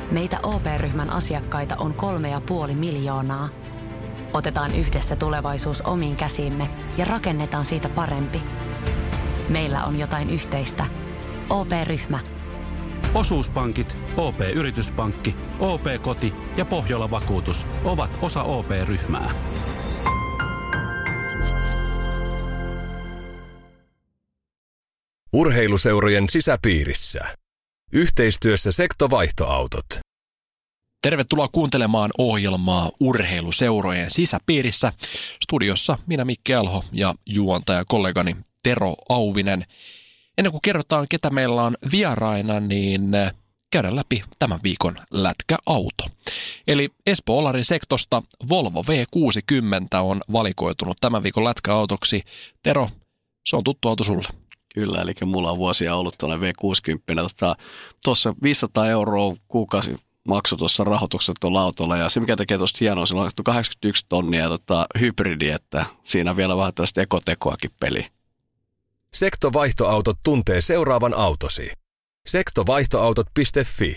Meitä OP-ryhmän asiakkaita on 3,5 miljoonaa. Otetaan yhdessä tulevaisuus omiin käsiimme ja rakennetaan siitä parempi. Meillä on jotain yhteistä. OP-ryhmä. Osuuspankit, OP-yrityspankki, OP-koti ja Pohjola-vakuutus ovat osa OP-ryhmää. Urheiluseurojen sisäpiirissä. Yhteistyössä Sekto-vaihtoautot. Tervetuloa kuuntelemaan ohjelmaa Urheiluseurojen sisäpiirissä. Studiossa minä Mikki Alho ja juontajakollegani Tero Auvinen. Ennen kuin kerrotaan, ketä meillä on vieraina, niin käydään läpi tämän viikon lätkäauto. Eli Espoo-Olarin Sektosta Volvo V60 on valikoitunut tämän viikon lätkäautoksi. Tero, se on tuttu auto sulle. Kyllä, eli mulla on vuosia ollut tuollainen V60. Tuossa 500 € kuukausi maksu tuossa rahoituksessa tuolla autolla, ja se mikä tekee tuosta hienoa, sillä on 81 tonnia ja hybridi, että siinä vielä vähän tällaista ekotekoakin peliä. Sekto-vaihtoautot tuntee seuraavan autosi. Sektovaihtoautot.fi.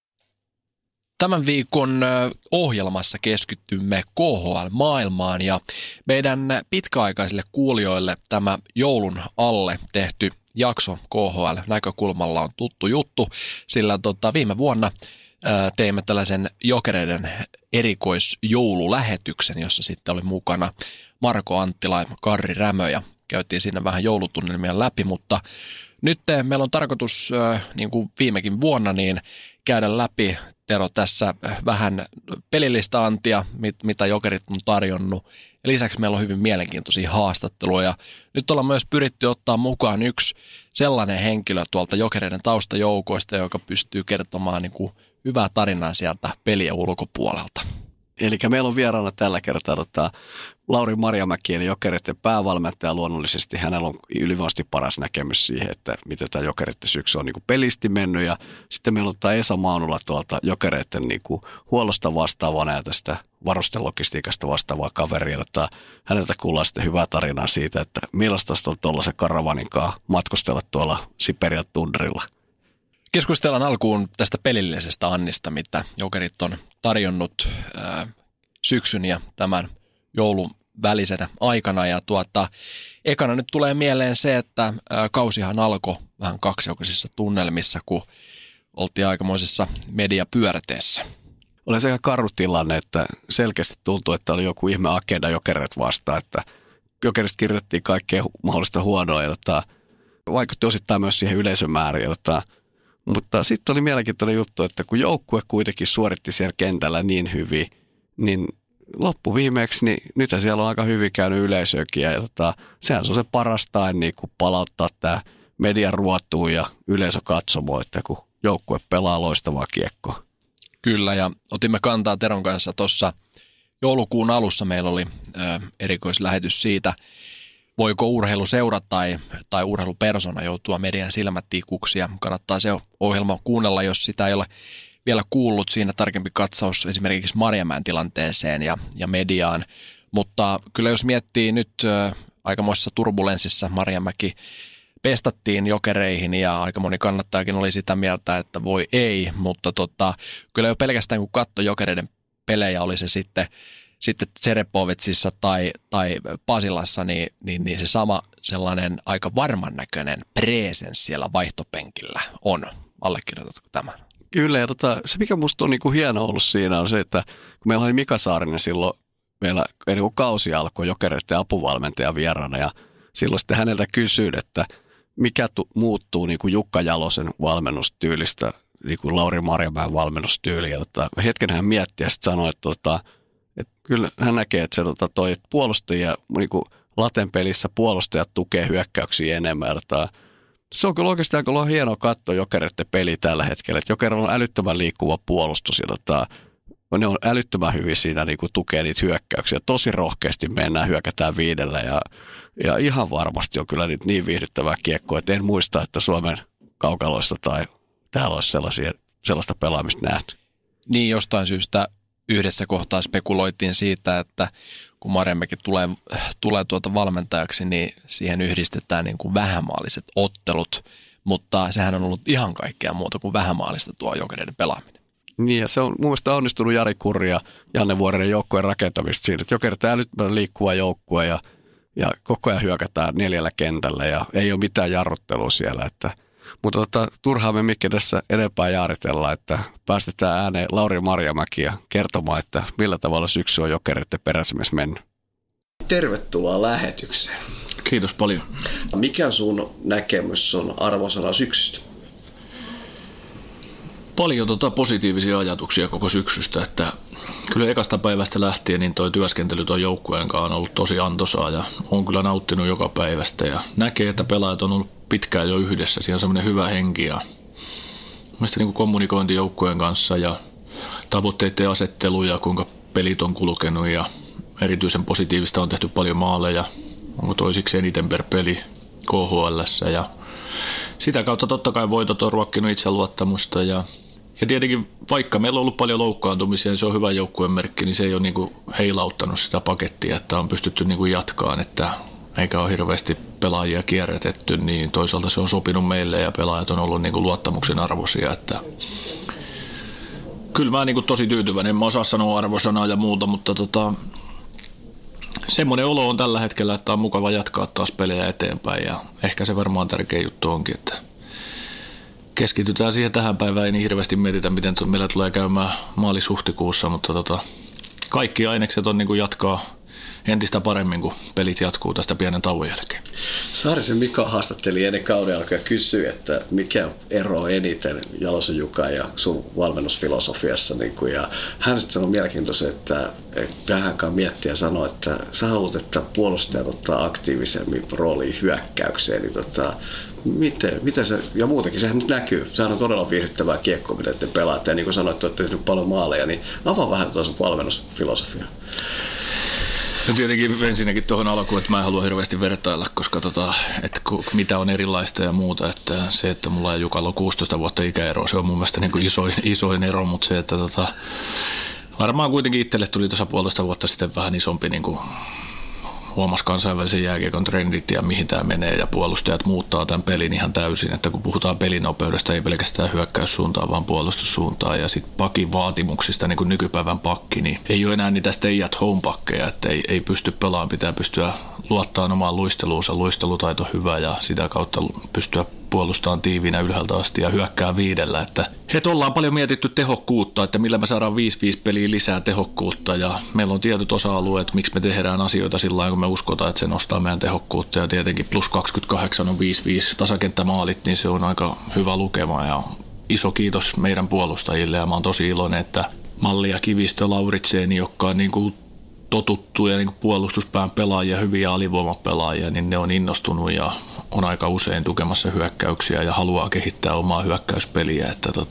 Tämän viikon ohjelmassa keskittymme KHL-maailmaan ja meidän pitkäaikaisille kuulijoille tämä joulun alle tehty jakso KHL-näkökulmalla on tuttu juttu, sillä viime vuonna teimme tällaisen Jokereiden erikoisjoululähetyksen, jossa sitten oli mukana Marko Anttila ja Karri Rämö ja käytiin siinä vähän joulutunnelmia läpi, mutta nyt meillä on tarkoitus, niin kuin viimekin vuonna, niin käydä läpi, Tero, tässä vähän pelillistä antia, mitä Jokerit on tarjonnut. Ja lisäksi meillä on hyvin mielenkiintoisia haastatteluja. Nyt ollaan myös pyritty ottaa mukaan yksi sellainen henkilö tuolta Jokereiden taustajoukoista, joka pystyy kertomaan niin kuin hyvää tarinaa sieltä pelien ulkopuolelta. Eli meillä on vieraana tällä kertaa Lauri Marjamäki, eli Jokereiden päävalmentaja. Luonnollisesti hänellä on ylivoimaisesti paras näkemys siihen, että miten tämä Jokereiden syksy on niin kuin pelisti mennyt. Ja sitten meillä on Esa Maunula tuolta Jokereiden niin kuin huollosta vastaavana ja tästä varustelogistiikasta vastaavaa kaveria. Häneltä kuullaan sitten hyvää tarinaa siitä, että millaista on tuollaisen karavaninkaan matkustella tuolla Siperian tundrilla. Keskustellaan alkuun tästä pelillisestä annista, mitä Jokerit on tarjonnut syksyn ja tämän joulun välisenä aikana. Ja ekana nyt tulee mieleen se, että kausihan alkoi vähän kaksijakoisissa tunnelmissa, kun oltiin aikamoisessa mediapyörteessä. Oli sekä karu tilanne, että selkeästi tuntui, että oli joku ihme agenda Jokerit vastaan, että Jokerista kirjoitettiin kaikkea mahdollista huonoa ja vaikutti osittain myös siihen yleisömääriin. Mutta sitten oli mielenkiintoinen juttu, että kun joukkue kuitenkin suoritti siellä kentällä niin hyvin, niin loppuviimeeksi, niin nythän siellä on aika hyvin käynyt yleisöäkin. Ja sehän on se paras tae niin kun palauttaa tämä median ruotuun ja yleisö katsomaan, että kun joukkue pelaa loistavaa kiekkoa. Kyllä, ja otimme kantaa Teron kanssa tuossa joulukuun alussa. Meillä oli erikoislähetys siitä, voiko urheiluseura tai urheilupersona joutua median silmätikuksi, ja kannattaa se ohjelma kuunnella, jos sitä ei ole vielä kuullut. Siinä tarkempi katsaus esimerkiksi Marjamäen tilanteeseen ja mediaan. Mutta kyllä jos miettii nyt aikamoisessa turbulenssissa, Marjamäki pestattiin Jokereihin ja aika moni kannattajakin oli sitä mieltä, että voi ei, mutta kyllä jo pelkästään kun katsoi Jokereiden pelejä, oli se sitten Tserepovetsissa tai Pasilassa, niin se sama sellainen aika varman näköinen presens siellä vaihtopenkillä on. Allekirjoitatko tämän? Kyllä, ja se mikä musta on niin kuin hieno ollut siinä on se, että kun meillä oli Mika Saarinen silloin meillä ennen kuin kausi alkoi Jokereiden apuvalmentaja vieraana, ja silloin sitten häneltä kysyin, että mikä muuttuu niin kuin Jukka Jalosen valmennustyylistä, niin kuin Lauri Marjamäen valmennustyyliä. Hetken hän mietti ja sitten sanoi, että kyllä hän näkee, että se puolustajia, niin kuin laten pelissä puolustajat tukee hyökkäyksiä enemmän. Se on kyllä oikeasti aika hienoa katsoa Jokereiden peli tällä hetkellä. Jokerilla on älyttömän liikkuva puolustus ja ne on älyttömän hyvin siinä niin kuin tukee niitä hyökkäyksiä. Tosi rohkeasti mennään, hyökätään viidellä ja ihan varmasti on kyllä niin viihdyttävää kiekkoa, että en muista, että Suomen kaukaloista tai täällä olisi sellaista pelaamista nähty. Niin, jostain syystä yhdessä kohtaa spekuloitiin siitä, että kun Marjamäki tulee valmentajaksi, niin siihen yhdistetään niin kuin vähämaaliset ottelut, mutta sehän on ollut ihan kaikkea muuta kuin vähämaalista tuo Jokereiden pelaaminen. Niin, ja se on mun mielestä onnistunut Jari Kurri ja Janne Vuorinen joukkueen rakentamista siinä, että Jokerit on älyttömän liikkuva joukkue ja koko ajan hyökätään 4 kentällä ja ei ole mitään jarruttelua siellä. Mutta turhaan me Mikki tässä enempää jaaritellaan, että päästetään ääneen Lauri Marjamäkiä kertomaan, että millä tavalla syksy on Jokereiden peräsimessä mennyt. Tervetuloa lähetykseen. Kiitos paljon. Mikä sun näkemys on arvosana syksystä? Paljon positiivisia ajatuksia koko syksystä, että kyllä ekasta päivästä lähtien niin toi työskentely toi joukkueen kanssa on ollut tosi antoisaa ja on kyllä nauttinut joka päivästä ja näkee, että pelaajat on ollut pitkään jo yhdessä, siinä on semmoinen hyvä henki ja mielestäni niin kommunikointi joukkueen kanssa ja tavoitteiden asettelu ja kuinka pelit on kulkenut ja erityisen positiivista on tehty paljon maaleja, onko toisiksi eniten per peli KHL:ssä ja sitä kautta totta kai voitot on ruokkinut itseluottamusta ja tietenkin vaikka meillä on ollut paljon loukkaantumisia, niin se on hyvä joukkueen merkki, niin se ei ole niin kuin heilauttanut sitä pakettia, että on pystytty niin kuin jatkaan, että eikä ole hirveästi pelaajia kierrätetty, niin toisaalta se on sopinut meille ja pelaajat on ollut niin kuin luottamuksen arvoisia, että kyllä mä niin kuin tosi tyytyväinen, en mä osaa sanoa arvosanaa ja muuta, mutta semmoinen olo on tällä hetkellä, että on mukava jatkaa taas pelejä eteenpäin ja ehkä se varmaan tärkeä juttu onkin, että keskitytään siihen tähän päivään, ei niin hirveästi mietitä, miten meillä tulee käymään maalis-huhtikuussa, mutta kaikki ainekset on niin kuin jatkaa entistä paremmin, kun pelit jatkuu tästä pienen tauon jälkeen. Saarisen Mika haastatteli ennen kauden alkaa ja kysyi, että mikä ero eniten Jalosen Juka ja sun valmennusfilosofiassa. Ja hän sitten sanoi mielenkiintoisen, että tähänkaan miettiä ja sanoi, että sä haluat, että puolustajat ottaa aktiivisemmin rooliin hyökkäykseen. Miten se, ja muutenkin sehän nyt näkyy. Sehän on todella viihdyttävää kiekkoa, mitä te pelaatte. Ja niin kuin sanoit, että olette tehnyt paljon maaleja, niin avaa vähän tuossa valmennusfilosofiaa. No tietenkin ensinnäkin tuohon alkuun, että mä en halua hirveästi vertailla, koska että mitä on erilaista ja muuta. Että se, että mulla ja Jukalla on 16 vuotta ikäeroa, se on mun mielestä niin kuin isoin ero, mutta se, että varmaan kuitenkin itselle tuli tuossa 1,5 vuotta sitten vähän isompi niin kuin huomasi kansainvälisen jääkiekon trendit ja mihin tämä menee ja puolustajat muuttaa tämän pelin ihan täysin, että kun puhutaan pelinopeudesta ei pelkästään hyökkäyssuuntaan vaan puolustussuuntaan ja sitten pakin vaatimuksista niin kuin nykypäivän pakki, niin ei ole enää niitä stay at home pakkeja, että ei pysty pelaamaan, pitää pystyä luottamaan omaan luisteluunsa, luistelutaito hyvä ja sitä kautta pystyä puolustamaan tiiviinä ylhäältä asti ja hyökkää 5, että ollaan paljon mietitty tehokkuutta, että millä me saadaan 5-5 peliä lisää tehokkuutta ja meillä on tietyt osa-alueet, miksi me tehdään asioita sillä lailla, kun me uskotaan, että se nostaa meidän tehokkuutta ja tietenkin plus 28 on 5-5 tasakenttämaalit, niin se on aika hyvä lukema ja iso kiitos meidän puolustajille ja mä oon tosi iloinen, että Malli ja Kivistö, Lauritseeni, jotka on niin kuin totuttuja niin kuin puolustuspään pelaajia, hyviä alivoimapelaajia, niin ne on innostunut ja on aika usein tukemassa hyökkäyksiä ja haluaa kehittää omaa hyökkäyspeliä.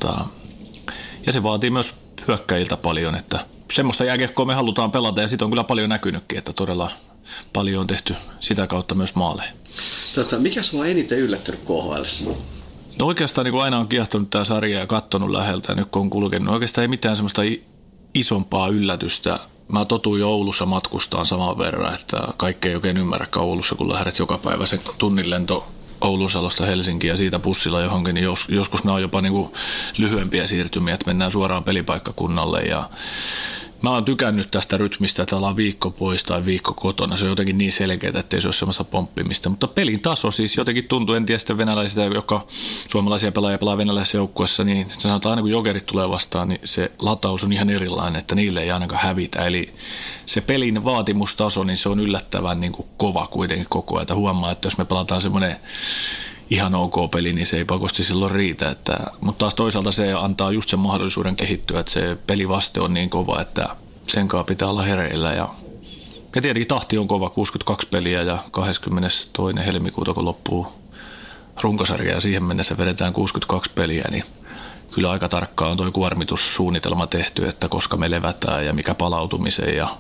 Ja se vaatii myös hyökkäjiltä paljon, että semmoista jääkiekkoa me halutaan pelata ja siitä on kyllä paljon näkynytkin, että todella paljon on tehty sitä kautta myös maaleja. Mikä sua on eniten yllättänyt KHL:ssä? No oikeastaan niin kuin aina on kiehtonut tämä sarja ja katsonut läheltä ja nyt kun on kulkenut, oikeastaan ei mitään semmoista isompaa yllätystä. Mä totuin jo Oulussa matkustaan saman verran, että kaikki ei oikein ymmärräkään Oulussa, kun lähdet joka päivä se tunnin lento Oulunsalosta Helsinkiin ja siitä bussilla johonkin, niin joskus nämä on jopa niin kuin lyhyempiä siirtymiä, että mennään suoraan pelipaikkakunnalle ja mä oon tykännyt tästä rytmistä, että ollaan viikko pois tai viikko kotona. Se on jotenkin niin selkeää, ettei se ole semmoista pomppimista. Mutta pelin taso siis jotenkin tuntuu, en tiedä sitten venäläisistä, jotka suomalaisia pelaajia pelaa venäläisessä joukkueessa, niin se sanotaan aina kun Jokerit tulee vastaan, niin se lataus on ihan erilainen, että niille ei ainakaan hävitä. Eli se pelin vaatimustaso, niin se on yllättävän niin kuin kova kuitenkin koko ajan. Että huomaa, että jos me pelataan semmoinen ihan ok peli, niin se ei pakosti silloin riitä. Mutta taas toisaalta se antaa just sen mahdollisuuden kehittyä, että se pelivaste on niin kova, että sen kanssa pitää olla hereillä. Ja tietenkin tahti on kova, 62 peliä ja 22. helmikuuta, kun loppuu runkosarja ja siihen mennessä vedetään 62 peliä, niin kyllä aika tarkkaan on tuo kuormitussuunnitelma tehty, että koska me levätään ja mikä palautumisen ja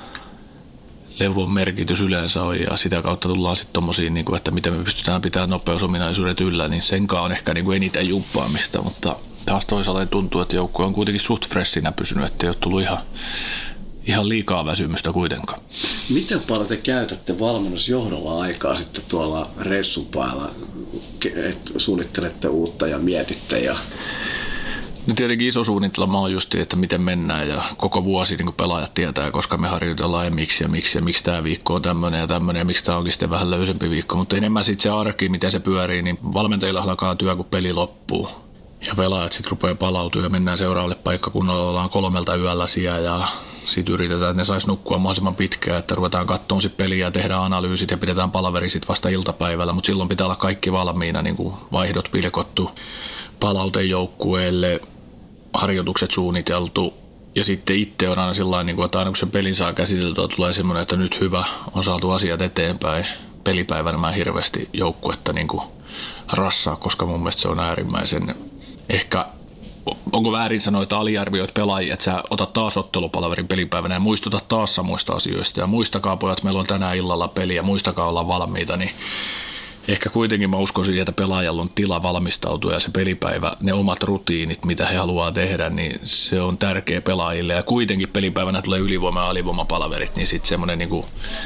levon merkitys yleensä on ja sitä kautta tullaan sitten tommosiin, että miten me pystytään pitämään nopeusominaisuudet yllä, niin senkaan on ehkä eniten jumppaamista, mutta taas toisaalta tuntuu, että joukkue on kuitenkin suht freshinä pysynyt, ettei ole tullut ihan liikaa väsymystä kuitenkaan. Miten paljon te käytätte valmennusjohdolla aikaa sitten tuolla reissun päällä, että suunnittelette uutta ja mietitte? No tietenkin iso suunnitelma on just, että miten mennään ja koko vuosi niin pelaajat tietää, koska me harjoitellaan ja miksi tämä viikko on tämmöinen ja miksi tämä onkin sitten vähän löysempi viikko. Mutta enemmän sitten se arki, miten se pyörii, niin valmentajilla alkaa työ, kun peli loppuu. Ja pelaajat sitten rupeaa palautumaan ja mennään seuraavalle paikkakunnalle, ollaan 3 yöllä siellä ja sitten yritetään, että ne sais nukkua mahdollisimman pitkään, että ruvetaan katsomaan sitten peliä ja tehdään analyysit ja pidetään palaveri sitten vasta iltapäivällä, mutta silloin pitää olla kaikki valmiina, niin kuin vaihdot pilkottu, palautejoukkueelle, harjoitukset suunniteltu ja sitten itse on aina sellainen, että aina kun se pelin saa käsiteltyä, tulee semmoinen, että nyt hyvä, on saatu asiat eteenpäin. Pelipäivänä mä hirveästi joukkuetta niin kuin rassaa, koska mun mielestä se on äärimmäisen ehkä, onko väärin sanoa, että aliarvioit pelaajia, että sä otat taas ottelupalaverin pelipäivänä ja muistutat taas samoista asioista ja muistakaa pojat, meillä on tänään illalla peli ja muistakaa olla valmiita, niin ehkä kuitenkin mä uskoisin, että pelaajalla on tila valmistautua ja se pelipäivä, ne omat rutiinit, mitä he haluaa tehdä, niin se on tärkeä pelaajille ja kuitenkin pelipäivänä tulee ylivoima- ja alivoimapalaverit, niin sitten semmoinen niinku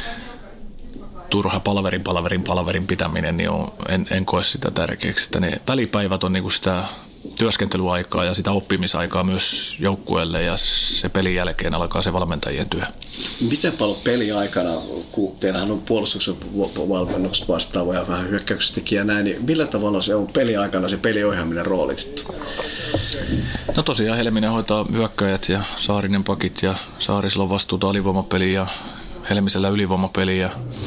turha palaverin pitäminen, niin en koe sitä tärkeäksi. Että ne välipäivät on niinku sitä työskentelyaikaa ja sitä oppimisaikaa myös joukkueelle ja se pelin jälkeen alkaa se valmentajien työ. Miten paljon peliaikana, kun teillähän on puolustuksen valmennuksesta vastaava ja vähän hyökkäyksestekijä näin, niin millä tavalla se on peliaikana se peliohjaaminen roolitettu? No tosiaan Helminen hoitaa hyökkäjät ja Saarinen pakit ja Saarisella on vastuuta alivoimapeliä ja Helmisellä ylivoimapeliä.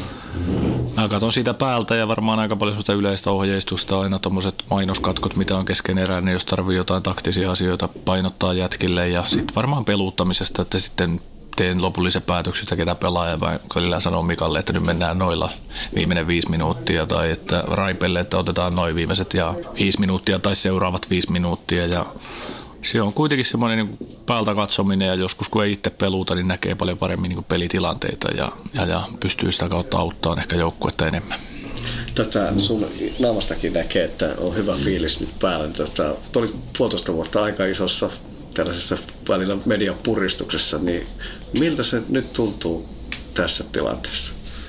Mä katson siitä päältä ja varmaan aika paljon sellaista yleistä ohjeistusta, aina tommoset mainoskatkot, mitä on keskeneräinen, jos tarvii jotain taktisia asioita painottaa jätkille ja sitten varmaan peluuttamisesta, että sitten teen lopullisen päätöksen, ketä pelaa ja välillä sanoo Mikalle, että nyt mennään noilla viimeinen 5 minuuttia tai että Raipelle, että otetaan noin viimeiset ja 5 minuuttia tai seuraavat 5 minuuttia ja se on kuitenkin semmoinen niin päältä katsominen ja joskus kun ei itse peluuta, niin näkee paljon paremmin niin pelitilanteita ja pystyy sitä kautta auttamaan ehkä joukkuetta enemmän. Sun naamastakin näkee, että on hyvä fiilis nyt päällä. Olit 1,5 vuotta aika isossa tällaisessa välillä median puristuksessa, niin miltä se nyt tuntuu tässä tilanteessa?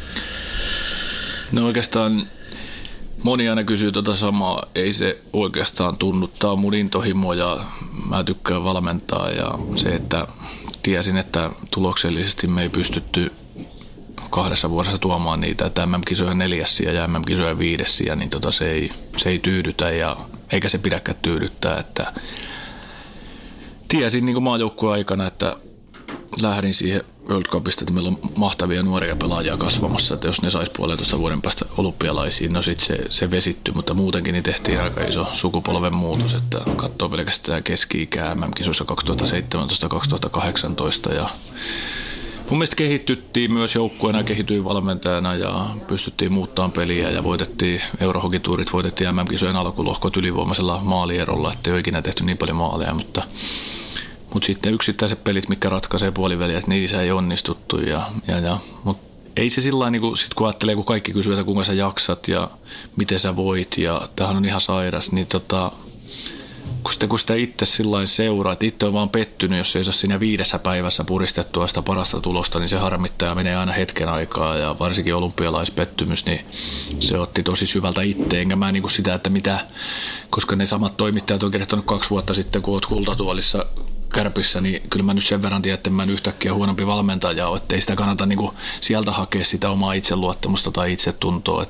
No oikeastaan moni aina kysyy samaa, ei se oikeastaan tunnu. Tämä on mun intohimo ja mä tykkään valmentaa ja se, että tiesin, että tuloksellisesti me ei pystytty 2 vuodessa tuomaan niitä, että MM-kisoja 4 ja MM-kisoja 5, niin se ei tyydytä ja eikä se pidäkään tyydyttää. Että tiesin niin kuin maajoukkueen aikana, että lähdin siihen World Cupista, että meillä on mahtavia nuoria pelaajia kasvamassa, että jos ne sais 1,5 vuoden päästä olympialaisiin, no sitten se vesittyi, mutta muutenkin niin tehtiin aika iso sukupolven muutos, että katsoo pelkästään keski-ikää MM-kisoissa 2017-2018 ja mun mielestä kehityttiin myös joukkueena, kehittyi valmentajana ja pystyttiin muuttamaan peliä ja voitettiin Eurohokituurit, voitettiin MM-kisojen alkulohkot ylivoimaisella maalierolla, ettei ole ikinä tehty niin paljon maaleja, mutta sitten yksittäiset pelit, mitkä ratkaisee puoliväliä, että niissä ei onnistuttu. Mutta ei se sillä niin kun ajattelee, kun kaikki kysyy, että kuinka sä jaksat ja miten sä voit ja tämähän on ihan sairas, niin kun sitä itse sillain seuraa, että itse on vaan pettynyt, jos ei saa siinä 5 päivässä puristettua sitä parasta tulosta, niin se harmittaa ja menee aina hetken aikaa ja varsinkin olympialaispettymys, niin se otti tosi syvältä itse, enkä mä niin sitä, että mitä, koska ne samat toimittajat on kertonut 2 vuotta sitten, kun oot kultatuolissa Kärpissä, niin kyllä mä nyt sen verran tiedän, että mä en yhtäkkiä huonompi valmentaja ole, ettei sitä kannata niin sieltä hakea sitä omaa itseluottamusta tai itsetuntoa,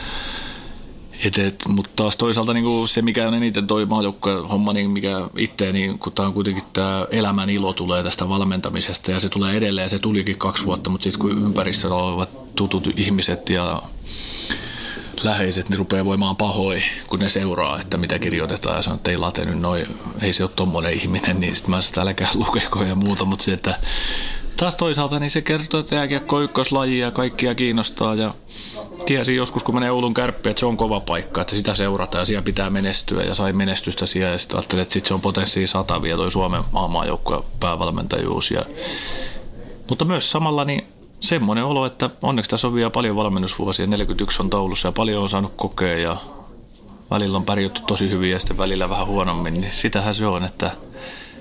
mutta taas toisaalta niin se, mikä on eniten toi maajoukkojen homma, niin mikä itse, niin kun tämä on kuitenkin tämä elämän ilo tulee tästä valmentamisesta ja se tulee edelleen ja se tulikin 2 vuotta, mutta sitten kun ympäristöllä olevat tutut ihmiset ja läheiset, niin rupeaa voimaan pahoin, kun ne seuraa, että mitä kirjoitetaan ja sanoo, että ei late nyt noin, ei se ole tommoinen ihminen, niin sitten mä sitä älkää lukeko ja muuta, mutta se, että taas toisaalta niin se kertoo, että jääkiekko on ykköslaji ja kaikkia kiinnostaa ja tiesin joskus, kun menee Oulun Kärppiin, että se on kova paikka, että sitä seurataan ja siellä pitää menestyä ja sai menestystä siellä ja sitten ajattelin, että sitten se on potenssia 100 vielä toi Suomen maajoukkueen päävalmentajuus. Mutta myös samalla niin semmoinen olo, että onneksi tässä on vielä paljon valmennusvuosia, 41 on taulussa ja paljon on saanut kokea ja välillä on pärjätty tosi hyvin ja sitten välillä vähän huonommin, niin sitähän se on, että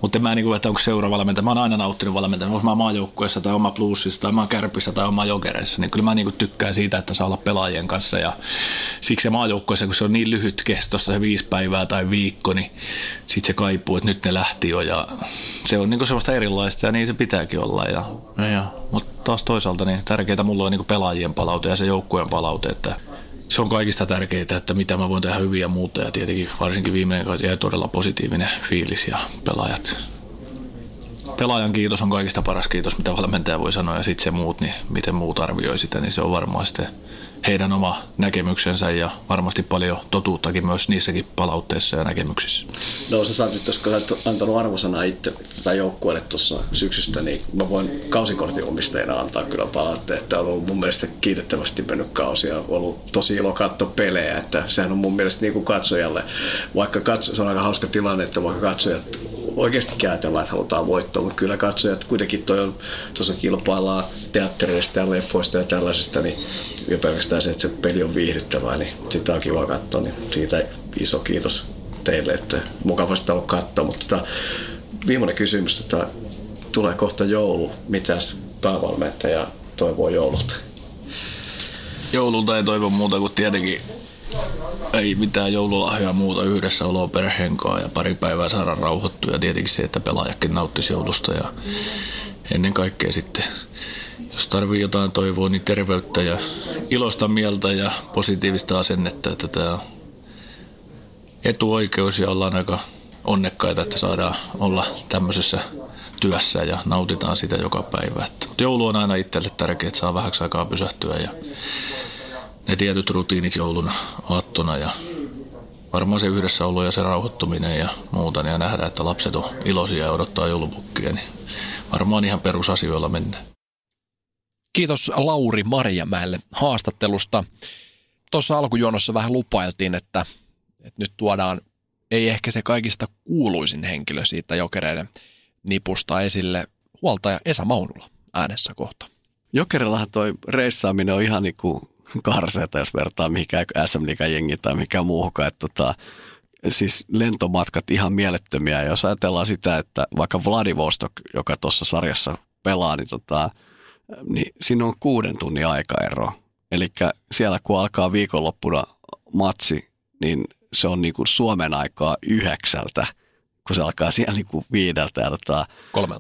Mutta en mä niin kuin, että onko seuravalmentaja. Mä oon aina nauttinut valmentajana. Onko mä maajoukkueessa tai oma plussissa tai oma Kärpissä tai oma Jokereissa. Niin kyllä mä niin kuin tykkään siitä, että saa olla pelaajien kanssa. Ja siksi se maajoukkueessa, kun se on niin lyhyt kestossa se 5 päivää tai viikko, niin sitten se kaipuu, että nyt ne lähti jo. Ja se on niin kuin sellaista erilaista ja niin se pitääkin olla. Mutta taas toisaalta niin tärkeää mulla on niin kuin pelaajien palaute ja se joukkueen palaute, että se on kaikista tärkeää, että mitä mä voin tehdä hyvin ja muuta. Ja tietenkin varsinkin viimeinen kausi jäi todella positiivinen fiilis ja pelaajat. Pelaajan kiitos on kaikista paras kiitos, mitä valmentaja voi sanoa. Ja sitten se muut, niin miten muut arvioi sitä, niin se on varmaan sitten heidän oma näkemyksensä ja varmasti paljon totuuttakin myös niissäkin palautteissa ja näkemyksissä. No sä saat nyt, koska sä oot antanut arvosanaa itse tai joukkueelle tuossa syksystä, niin mä voin kausikortin omistajana antaa kyllä palautteet, että on ollut mun mielestä kiitettävästi mennyt kausi ja on ollut tosi ilo katsoa pelejä, että sehän on mun mielestä niin kuin katsojalle, vaikka se on aika hauska tilanne, että vaikka katsojat oikeasti ajatellaan, että halutaan voittoa, mutta kyllä katsojat kuitenkin tuossa kilpaillaan teattereista ja leffoista ja tällaisesta, niin jo pelkästään se, että se peli on viihdyttävää, niin sitä on kiva katsoa, niin siitä iso kiitos teille, että mukavasti ollut katsoa, mutta viimeinen kysymys, tulee kohta joulu, mitäs päävalmentaja toivoo joululta? Joululta ei toivo muuta kuin tietenkin ei mitään joululahjaa muuta, yhdessä oloa perheen kanssa ja pari päivää saada rauhoittua ja tietenkin se, että pelaajakin nauttisi joulusta ja ennen kaikkea sitten, jos tarvii jotain toivoa, niin terveyttä ja iloista mieltä ja positiivista asennetta, että tämä on etuoikeus ja ollaan aika onnekkaita, että saadaan olla tämmöisessä työssä ja nautitaan sitä joka päivä. Mutta joulu on aina itselle tärkeää, että saa vähäksi aikaa pysähtyä ja ne tietyt rutiinit joulun aattona ja varmaan se yhdessäolo ja se rauhoittuminen ja muuta, niin ja nähdään, että lapset on iloisia ja odottaa joulupukkia, niin varmaan ihan perusasioilla mennään. Kiitos Lauri Marjamäelle haastattelusta. Tuossa alkujuonossa vähän lupailtiin, että nyt tuodaan ei ehkä se kaikista kuuluisin henkilö siitä Jokereiden nipusta esille, huoltaja Esa Maunula äänessä kohta. Jokerillahan toi reissaaminen on ihan niin kuin karseeta, jos vertaa mihinkään SM-liigan jengiin tai mihinkään muuhunkaan. Siis lentomatkat ihan mielettömiä. Ja jos ajatellaan sitä, että vaikka Vladivostok, joka tuossa sarjassa pelaa, niin siinä on 6 tunnin aikaero. Eli siellä kun alkaa viikonloppuna matsi, niin se on niin kuin Suomen aikaa 9, kun se alkaa siellä niin kuin 5 tai 3.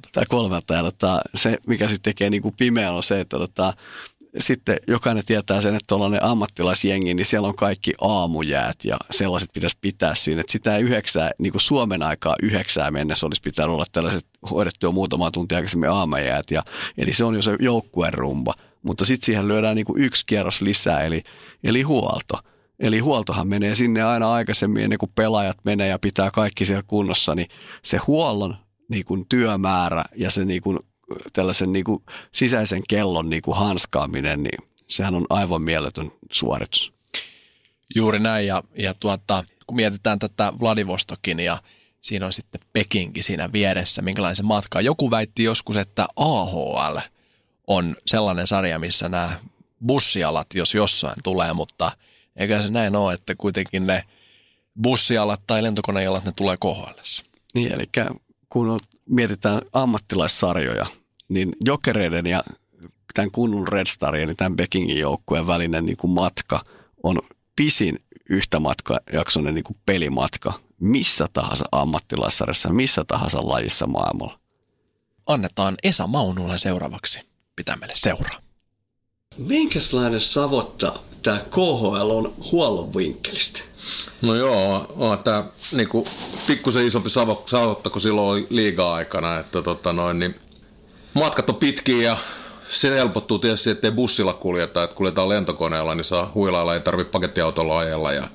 Se, mikä sitten tekee niin kuin pimeä, on se, että sitten jokainen tietää sen, että tuollainen ammattilaisjengi, niin siellä on kaikki aamujäät ja sellaiset pitäisi pitää siinä. Että sitä 9, niin kuin Suomen aikaa 9 mennessä olisi pitänyt olla tällaiset hoidettu jo muutama tunti aikaisemmin aamujäät. Eli se on jo se joukkueen rumba. Mutta sitten siihen lyödään niin kuin 1 kierros lisää, eli huolto. Eli huoltohan menee sinne aina aikaisemmin ennen kuin pelaajat menee ja pitää kaikki siellä kunnossa. Niin se huollon niin kuin työmäärä ja se niin kuin tällaisen niin kuin sisäisen kellon niin kuin hanskaaminen, niin sehän on aivan mieletön suoritus. Juuri näin, ja kun mietitään tätä Vladivostokin ja siinä on sitten Pekinki siinä vieressä, minkälainen se matka on. Joku väitti joskus, että AHL on sellainen sarja, missä nämä bussialat, jos jossain tulee, mutta eikä se näin ole, että kuitenkin ne bussialat tai lentokonealat, ne tulee KHL:ssä. Niin, eli kun mietitään ammattilaissarjoja, niin Jokereiden ja tämän Kunnon Red Starien ja tämän Pekingin joukkueen välinen niin kuin matka on pisin yhtä matkajaksoinen niin kuin pelimatka missä tahansa ammattilaissarjassa, missä tahansa lajissa maailmalla. Annetaan Esa Maunulle seuraavaksi pitää meille seuraa. Minkälainen savotta tämä KHL on huollon vinkkelistä? No joo, on tämä niinku pikkusen isompi savotta kuin silloin oli liiga-aikana, että niin matkat on pitkiä ja se helpottuu tietysti, ettei bussilla kuljeta, että kuljetaan lentokoneella, niin saa huilailla, ei tarvitse pakettiautolla ajella ja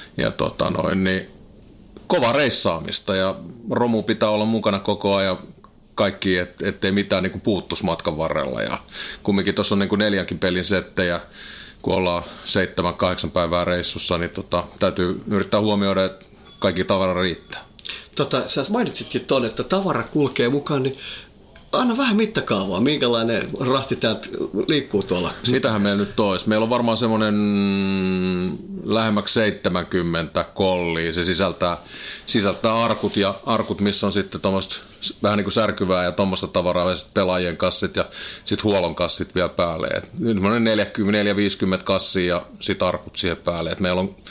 niin kova reissaamista ja romu pitää olla mukana koko ajan kaikki, ettei mitään niinku puuttuisi matkan varrella ja kumminkin tuossa on niinku 4 pelin settejä, kun ollaan 7-8 päivää reissussa, niin täytyy yrittää huomioida, että kaikki tavara riittää. Sä mainitsitkin tuonne, että tavara kulkee mukaan, niin anna vähän mittakaavaa, minkälainen rahti täältä liikkuu tuolla. Mitähän meillä nyt olisi? Meillä on varmaan semmoinen lähemmäksi 70 kollia. Se sisältää arkut, missä on sitten tuommoista vähän niin kuin särkyvää ja tuommoista tavaraa, ja sitten pelaajien kassit ja sitten huollon kassit vielä päälle. Nyt on 40-50 kassia ja sitten arkut siihen päälle. Et meillä on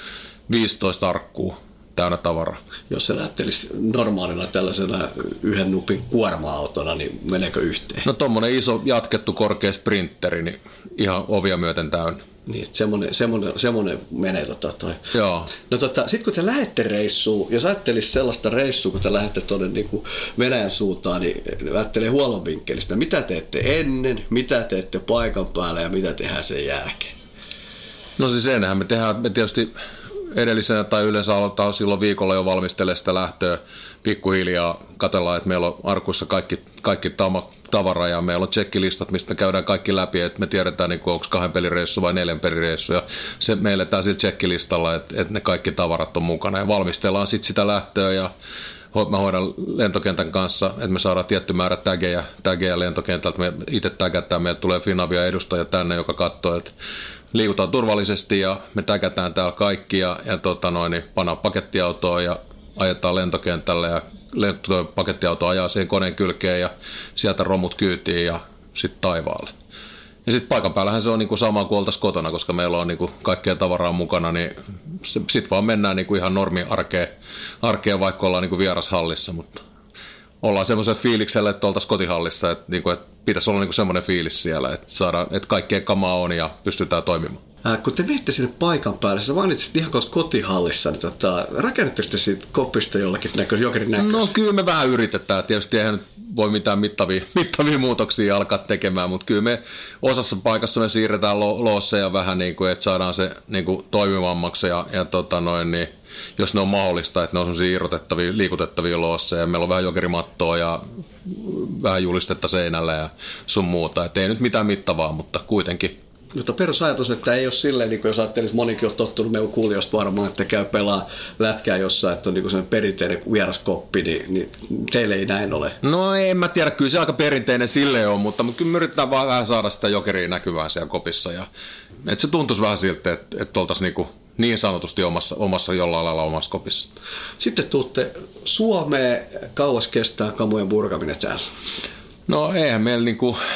15 arkkua täynnä tavaraa. Jos se lähtelisi normaalina tällaisena yhden nupin kuorma-autona, niin meneekö yhteen? No tommonen iso jatkettu korkea sprinteri, niin ihan ovia myöten täynnä. Niin, että semmoinen menee toi. Joo. No sitten kun te lähdette reissuun, jos ajattelisi sellaista reissua, kun te lähdette tuonne niin Venäjän suuntaan, niin ajattelee huollon vinkkelistä. Mitä teette ennen, mitä teette paikan päällä ja mitä tehdään sen jälkeen? No siis ennenhän me tietysti edellisenä tai yleensä aloittaa silloin viikolla jo valmistelemaan sitä lähtöä pikkuhiljaa. Katsellaan, että meillä on arkuissa kaikki tavara ja meillä on tsekkilistat, mistä me käydään kaikki läpi, että me tiedetään, niin onko 2 pelireissu vai 4 pelireissu. Ja se me eletään sillä tsekkilistalla, että ne kaikki tavarat on mukana ja valmistellaan sitten sitä lähtöä ja mä hoidan lentokentän kanssa, että me saadaan tietty määrä tägejä lentokentältä. Me itse tägätään, meiltä tulee Finavia edustaja tänne, joka katsoo, että liikutaan turvallisesti ja me täkätään täällä kaikki ja pannaan pakettiautoon ja ajetaan lentokentälle ja pakettiauto ajaa siihen koneen kylkeen ja sieltä romut kyytiin ja sitten taivaalle. Ja sitten paikan päällähän se on niinku sama kuin oltaisiin kotona, koska meillä on niinku kaikkea tavaraa mukana, niin sitten vaan mennään niinku ihan normi-arkeen, vaikka ollaan niinku vierashallissa, mutta ollaan semmoisella fiiliksellä, että oltaisiin kotihallissa, että pitäisi olla niinku semmoinen fiilis siellä, että saadaan, että kaikkea kamaa on ja pystytään toimimaan. Kun te menette sinne paikan päälle, sä mainitsit ihan kotihallissa, niin rakennetteko te siitä kopista jollakin jokerin näköistä? No kyllä me vähän yritetään. Tietysti eihän nyt voi mitään mittavia muutoksia alkaa tekemään, mutta kyllä me osassa paikassa me siirretään loosseja vähän, niin kuin, että saadaan se niin kuin toimivammaksi ja niin, jos ne on mahdollista, että ne on semmoisia irrotettavia, liikutettavia loosseja. Meillä on vähän jokerimattoa ja vähän julistetta seinällä ja sun muuta. Et ei nyt mitään mittavaa, mutta kuitenkin. Mutta perusajatus, että ei ole silleen, niin jos ajattelisi, monikin on tottunut meidän kuulijoista varmaan, että käy pelaa lätkää jossain, että on niin sellainen perinteinen vieraskoppi, niin teille ei näin ole. No en mä tiedä, kyllä se aika perinteinen silleen on, mutta kyllä me yritetään vaan vähän saada sitä jokeria näkyvää siellä kopissa. Ja, että se tuntuisi vähän siltä, että oltaisiin niin sanotusti omassa jollain lailla omassa kopissa. Sitten tuutte Suomeen, kauas kestää kamujen purkaminen täällä? No eihän meillä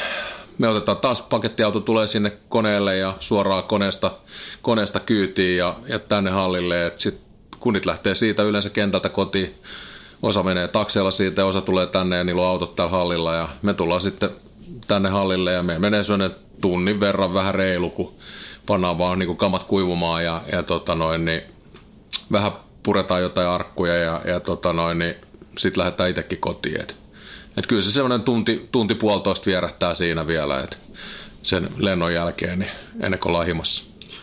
me otetaan taas pakettiauto, tulee sinne koneelle ja suoraan koneesta kyytiin ja tänne hallille. Sitten kunnit lähtee siitä yleensä kentältä kotiin. Osa menee takseilla siitä ja osa tulee tänne ja niillä on autot täällä hallilla. Ja me tullaan sitten tänne hallille ja me menee sellainen tunnin verran vähän reilu, kun pannaan vaan niin kuin kamat kuivumaan ja niin vähän puretaan jotain arkkuja ja niin sitten lähdetään itsekin kotiin. Että kyllä se semmoinen tunti puolitoista vierähtää siinä vielä, että sen lennon jälkeen niin ennen kuin ollaan himassa.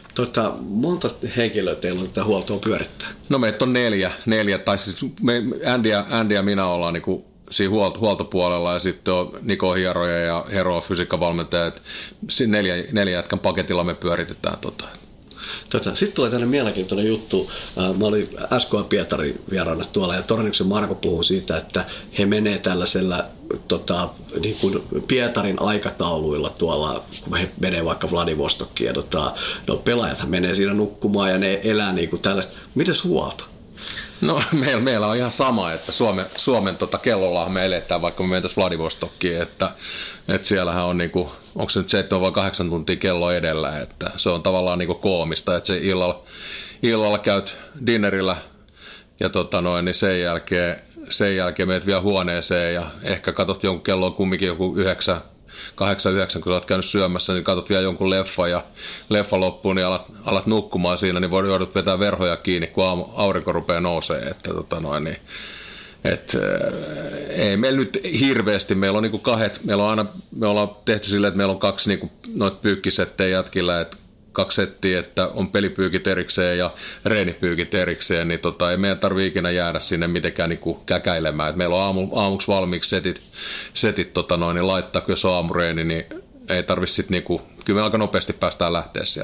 Monta henkilöä teillä on tätä huoltoa pyörittää? No meitä on neljä tai siis Andy ja minä ollaan niinku siinä huoltopuolella ja sitten on Niko Hieroja ja Hero fysiikkavalmentaja. Siinä neljä jätkän paketilla me pyöritetään Sitten tulee tänne mielenkiintoinen juttu. Mä olin SKA Pietarin vieraana tuolla ja Torniksen Marko puhuu siitä, että he menee tällaisella niin kuin Pietarin aikatauluilla tuolla, kun he menee vaikka Vladivostokiin ja no pelaajathan menee siinä nukkumaan ja ne elää niin kuin tällaista. Mites huolto? No meillä on ihan sama, että Suomen kellolla me eletään, vaikka me mentäisiin Vladivostokiin, että siellähän on niinku, onko se nyt 7 vai 8 tuntia kello edellä, että se on tavallaan niinku koomista, että se illalla käyt dinnerillä ja niin sen jälkeen menet vielä huoneeseen ja ehkä katsot jonkun kello on kumminkin joku 8-9, kun olet käynyt syömässä, niin katsot vielä jonkun leffa ja leffa loppuu, niin alat nukkumaan siinä, niin joudut vetää verhoja kiinni, kun aurinko rupeaa nousee. Ei meillä nyt hirveästi, meillä on niinku me ollaan tehty silleen, että meillä on 2 niinku noita pyykkisettejä jätkillä, että 2 settiä, että on pelipyykit erikseen ja reenipyykit erikseen, niin ei meidän tarvitse ikinä jäädä sinne mitenkään niinku käkäilemään. Et meillä on aamuksi valmiiksi setit niin laittaa, kun jos on aamureeni, niin ei tarvitse sitten kyllä me aika nopeasti päästään lähteä sieltä.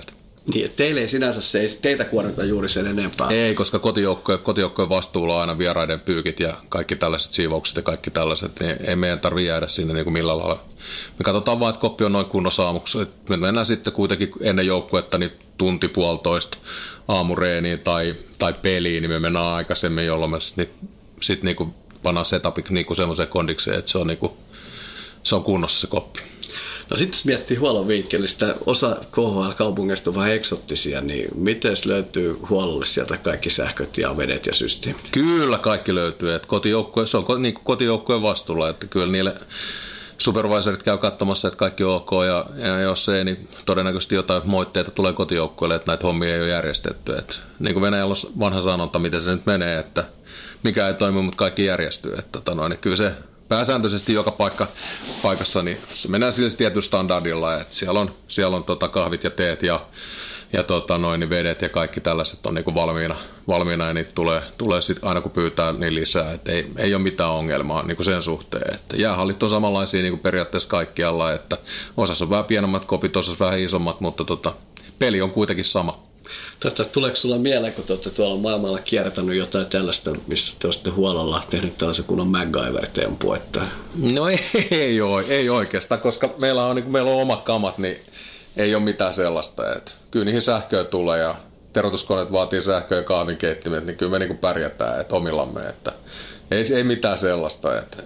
Niin, teille ei sinänsä se ei teitä kuormita juuri sen enempää. Ei, koska kotijoukkojen vastuulla on aina vieraiden pyykit ja kaikki tällaiset siivoukset ja kaikki tällaiset, niin ei meidän tarvitse jäädä sinne niin kuin millään lailla. Me katsotaan vaan, että koppi on noin kunnossa aamuksi. Me mennään sitten kuitenkin ennen joukkuetta niin tunti puolitoista aamureeniin tai peliin, niin me mennään aikaisemmin, jolloin me sitten niin pannaan setupit niin semmoiseen kondikseen, että se on kunnossa se koppi. No sitten jos miettii huollon vinkkelistä, osa KHL-kaupungeista on vähän eksottisia, niin miten löytyy huollolle sieltä kaikki sähköt ja vedet ja systeemit? Kyllä kaikki löytyy, että se on niin kotijoukkojen vastuulla, että kyllä niille supervisorit käy katsomassa, että kaikki on ok, ja jos ei, niin todennäköisesti jotain moitteita tulee kotijoukkoille, että näitä hommia ei ole järjestetty. Että, niin kuin Venäjällä on vanha sanonta, miten se nyt menee, että mikä ei toimi, mutta kaikki järjestyy. Että, niin kyllä se pääsääntöisesti joka paikassa, niin se mennään sillä tietyllä standardilla, että siellä on kahvit ja teet ja niin vedet ja kaikki tällaiset on niinku valmiina ja niitä tulee sit aina kun pyytää niin lisää, että ei ole mitään ongelmaa niinku sen suhteen, että jäähallit on samanlaisia niinku periaatteessa kaikkialla, että osassa on vähän pienemmät kopit, osassa vähän isommat, mutta peli on kuitenkin sama. Tuleeko sulla mieleen, kun te olette tuolla maailmalla kiertänyt jotain tällaista, missä te olette huolella tehnyt tällaisen kunnon MacGyver-tempu? Että... No ei oikeastaan, koska meillä on omat kamat, niin ei ole mitään sellaista. Että kyllä niihin sähköä tulee ja teroituskoneet vaatii sähköä ja kahvinkeittimet, niin kyllä me niin pärjätään omillamme. Että ei mitään sellaista. Että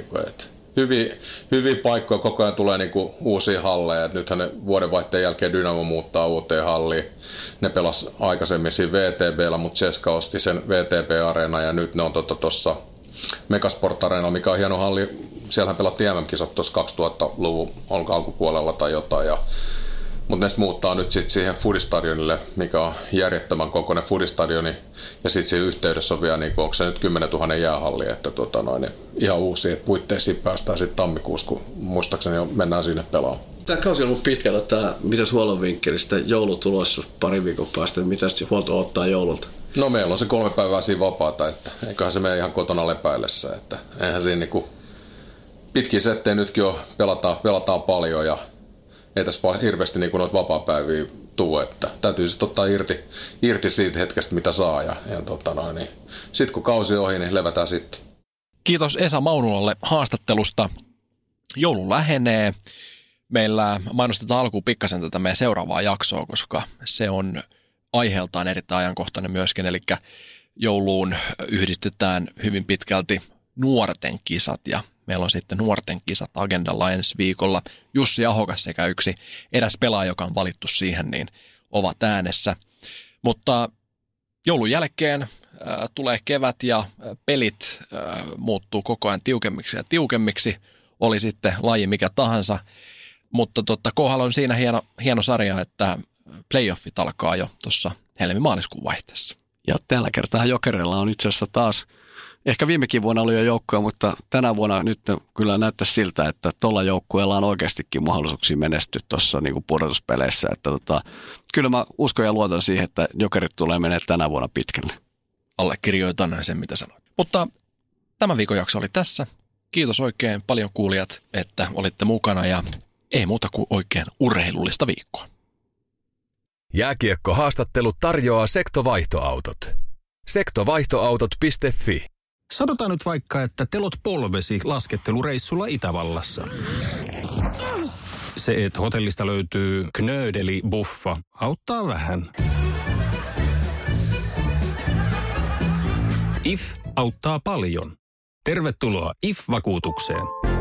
hyviä paikkoja koko ajan tulee niinku uusia halleja. Et nythän ne vuodenvaihteen jälkeen Dynamo muuttaa uuteen halliin. Ne pelas aikaisemmin siinä VTB:llä, mutta Ceska osti sen VTB-areena ja nyt ne on tuossa Megasport-areena, mikä on hieno halli. Siellähän pelattiin MM-kisat tuossa 2000-luvun alkupuolella tai jotain. Mutta ne muuttaa nyt sitten siihen Foodistadionille, mikä on järjettömän kokoinen Foodistadioni. Ja sitten siinä yhteydessä on vielä, niin onko se nyt 10 000 jäähalli, että ihan uusia puitteisiin päästään sitten tammikuussa, kun muistaakseni jo mennään sinne pelaamaan. Tämä kausi on ollut pitkällä. Mitäs huollon vinkkelistä? Joulu tulossa pari viikon päästä. Mitäs huolto ottaa joululta? No meillä on se 3 päivää siinä vapaata, että eiköhän se mene ihan kotona lepäillessä. Että eihän siinä niinku pitkiä settejä nytkin jo pelataan paljon ja ei tässä hirveästi niin noita vapaapäiviä tule, että täytyy sitten ottaa irti siitä hetkestä, mitä saa. Niin sitten kun kausi ohi, niin levätään sitten. Kiitos Esa Maunulalle haastattelusta. Joulu lähenee. Meillä mainostetaan alkuun pikkasen tätä meidän seuraavaa jaksoa, koska se on aiheeltaan erittäin ajankohtainen myöskin. Eli jouluun yhdistetään hyvin pitkälti nuorten kisat ja meillä on sitten nuorten kisat agendalla ensi viikolla. Jussi Ahokas sekä eräs pelaaja, joka on valittu siihen, niin ovat äänessä. Mutta joulun jälkeen tulee kevät ja pelit muuttuu koko ajan tiukemmiksi ja tiukemmiksi. Oli sitten laji mikä tahansa. Mutta KHL on siinä hieno sarja, että playoffit alkaa jo tuossa helmi-maaliskuun vaihteessa. Ja tällä kertaa Jokerilla on itse asiassa taas, ehkä viimekin vuonna oli jo joukkoja, mutta tänä vuonna nyt kyllä näyttää siltä, että tuolla joukkueella on oikeastikin mahdollisuuksia menestyä tuossa niin pudotuspeleissä. Että kyllä mä uskon ja luotan siihen, että Jokerit tulee menee tänä vuonna pitkälle. Allekirjoitan sen, mitä sanoit. Mutta tämän viikon jakso oli tässä. Kiitos oikein paljon kuulijat, että olitte mukana ja ei muuta kuin oikein urheilullista viikkoa. Jääkiekko-haastattelu tarjoaa Sekto-vaihtoautot. Sektovaihtoautot.fi. Sanotaan nyt vaikka, että telot polvesi laskettelureissulla Itävallassa. Se, että hotellista löytyy knöydeli-buffa, auttaa vähän. IF auttaa paljon. Tervetuloa IF-vakuutukseen.